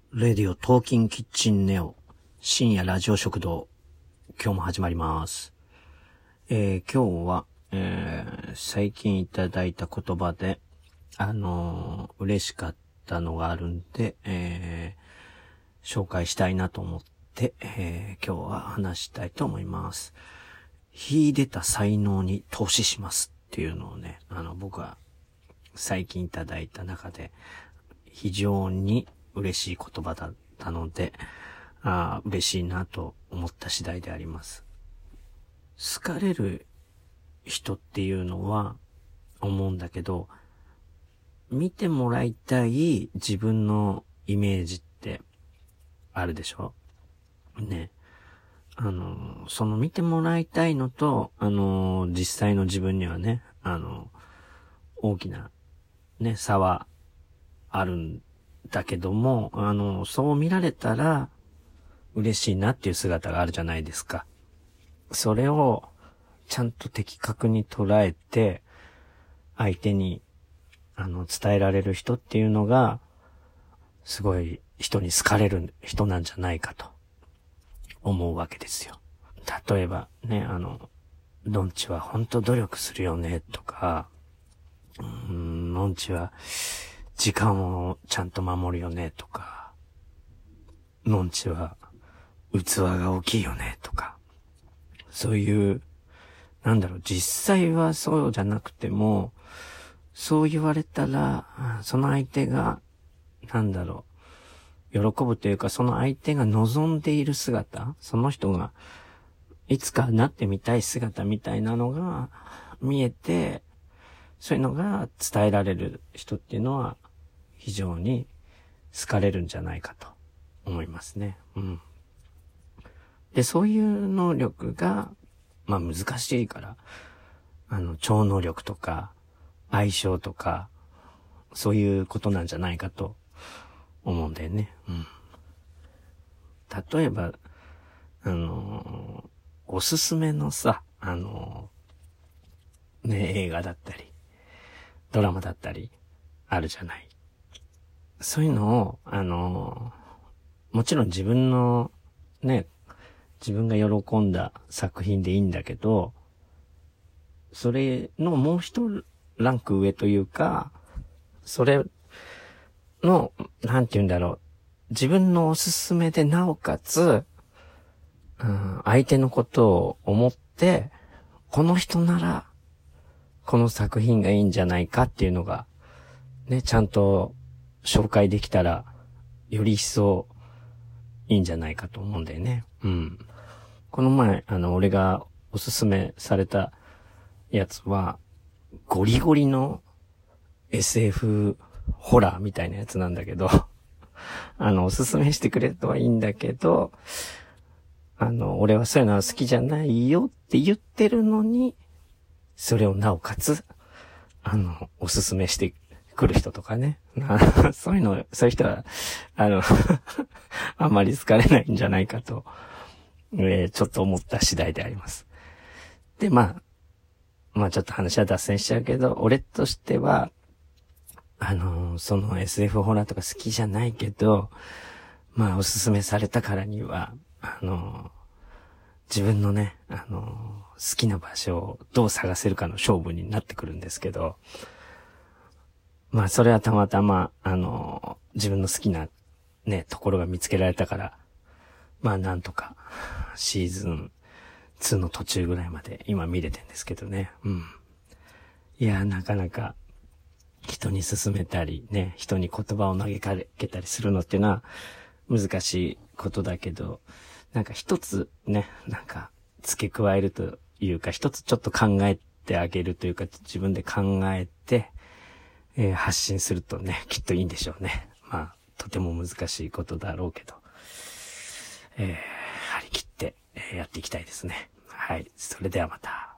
レディオトーキンキッチンネオ深夜ラジオ食堂、今日も始まります。今日は、最近いただいた言葉で嬉しかったのがあるんで、紹介したいなと思って、今日は話したいと思います。秀でた才能に投資しますっていうのをね、僕は最近いただいた中で非常に嬉しい言葉だったので、嬉しいなと思った次第であります。好かれる人っていうのは思うんだけど、見てもらいたい自分のイメージってあるでしょね。その見てもらいたいのと、実際の自分にはね、大きなね、差はあるんだけども、そう見られたら嬉しいなっていう姿があるじゃないですか。それをちゃんと的確に捉えて、相手に、伝えられる人っていうのが、すごい人に好かれる人なんじゃないかと思うわけですよ。例えばね、のんちは本当努力するよねとか、のんちは時間をちゃんと守るよねとか、のんちは器が大きいよねとか、そういう、実際はそうじゃなくても、そう言われたら、その相手が、喜ぶというか、その相手が望んでいる姿、その人がいつかなってみたい姿みたいなのが見えて、そういうのが伝えられる人っていうのは非常に好かれるんじゃないかと思いますね。で、そういう能力が、難しいから、超能力とか、相性とか、そういうことなんじゃないかと思うんだよね。例えば、おすすめのさ、映画だったり、ドラマだったり、あるじゃない。そういうのを、もちろん自分の、自分が喜んだ作品でいいんだけど、それのもう一ランク上というか、それの、自分のおすすめでなおかつ、相手のことを思って、この人なら、この作品がいいんじゃないかっていうのが、ちゃんと紹介できたら、より一層いいんじゃないかと思うんだよね。この前、俺がおすすめされたやつは、ゴリゴリの SF ホラーみたいなやつなんだけど、おすすめしてくれるとはいいんだけど、俺はそういうのは好きじゃないよって言ってるのに、それをなおかつ、おすすめしてくる人とかね。そういう人は、あんまり好かれないんじゃないかと、ちょっと思った次第であります。で、ちょっと話は脱線しちゃうけど、俺としては、その SF ホラーとか好きじゃないけど、おすすめされたからには、自分のね、好きな場所をどう探せるかの勝負になってくるんですけど、それはたまたま、自分の好きなね、ところが見つけられたから、なんとか、シーズン2の途中ぐらいまで今見れてんですけどね。いや、なかなか、人に勧めたりね、人に言葉を投げかけたりするのっていうのは難しいことだけど、一つね、付け加えるというか、一つちょっと考えてあげるというか、自分で考えて、発信するとね、きっといいんでしょうね。とても難しいことだろうけど、張り切って、やっていきたいですね。はい。それではまた。